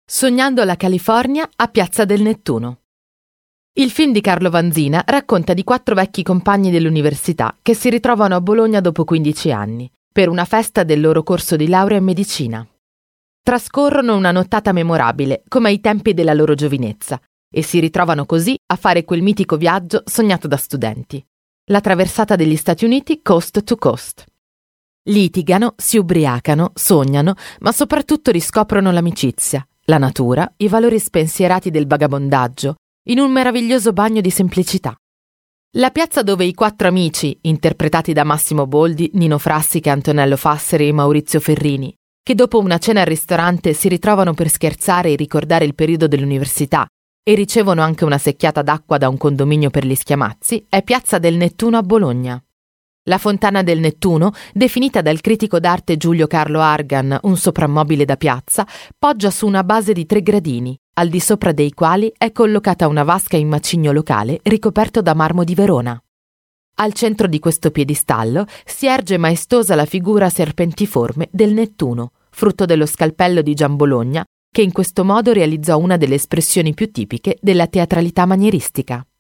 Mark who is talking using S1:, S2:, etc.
S1: Sognando la California a Piazza del Nettuno. Il film di Carlo Vanzina racconta di 4 vecchi compagni dell'università che si ritrovano a Bologna dopo 15 anni, per una festa del loro corso di laurea in medicina. Trascorrono una nottata memorabile, come ai tempi della loro giovinezza, e si ritrovano così a fare quel mitico viaggio sognato da studenti, la traversata degli Stati Uniti coast to coast. Litigano, si ubriacano, sognano, ma soprattutto riscoprono l'amicizia, la natura, i valori spensierati del vagabondaggio, in un meraviglioso bagno di semplicità. La piazza dove i 4 amici, interpretati da Massimo Boldi, Nino Frassica, Antonello Fasseri e Maurizio Ferrini, che dopo una cena al ristorante si ritrovano per scherzare e ricordare il periodo dell'università e ricevono anche una secchiata d'acqua da un condominio per gli schiamazzi, è Piazza del Nettuno a Bologna. La fontana del Nettuno, definita dal critico d'arte Giulio Carlo Argan un soprammobile da piazza, poggia su una base di 3 gradini, al di sopra dei quali è collocata una vasca in macigno locale ricoperto da marmo di Verona. Al centro di questo piedistallo si erge maestosa la figura serpentiforme del Nettuno, frutto dello scalpello di Gian Bologna, che in questo modo realizzò una delle espressioni più tipiche della teatralità manieristica.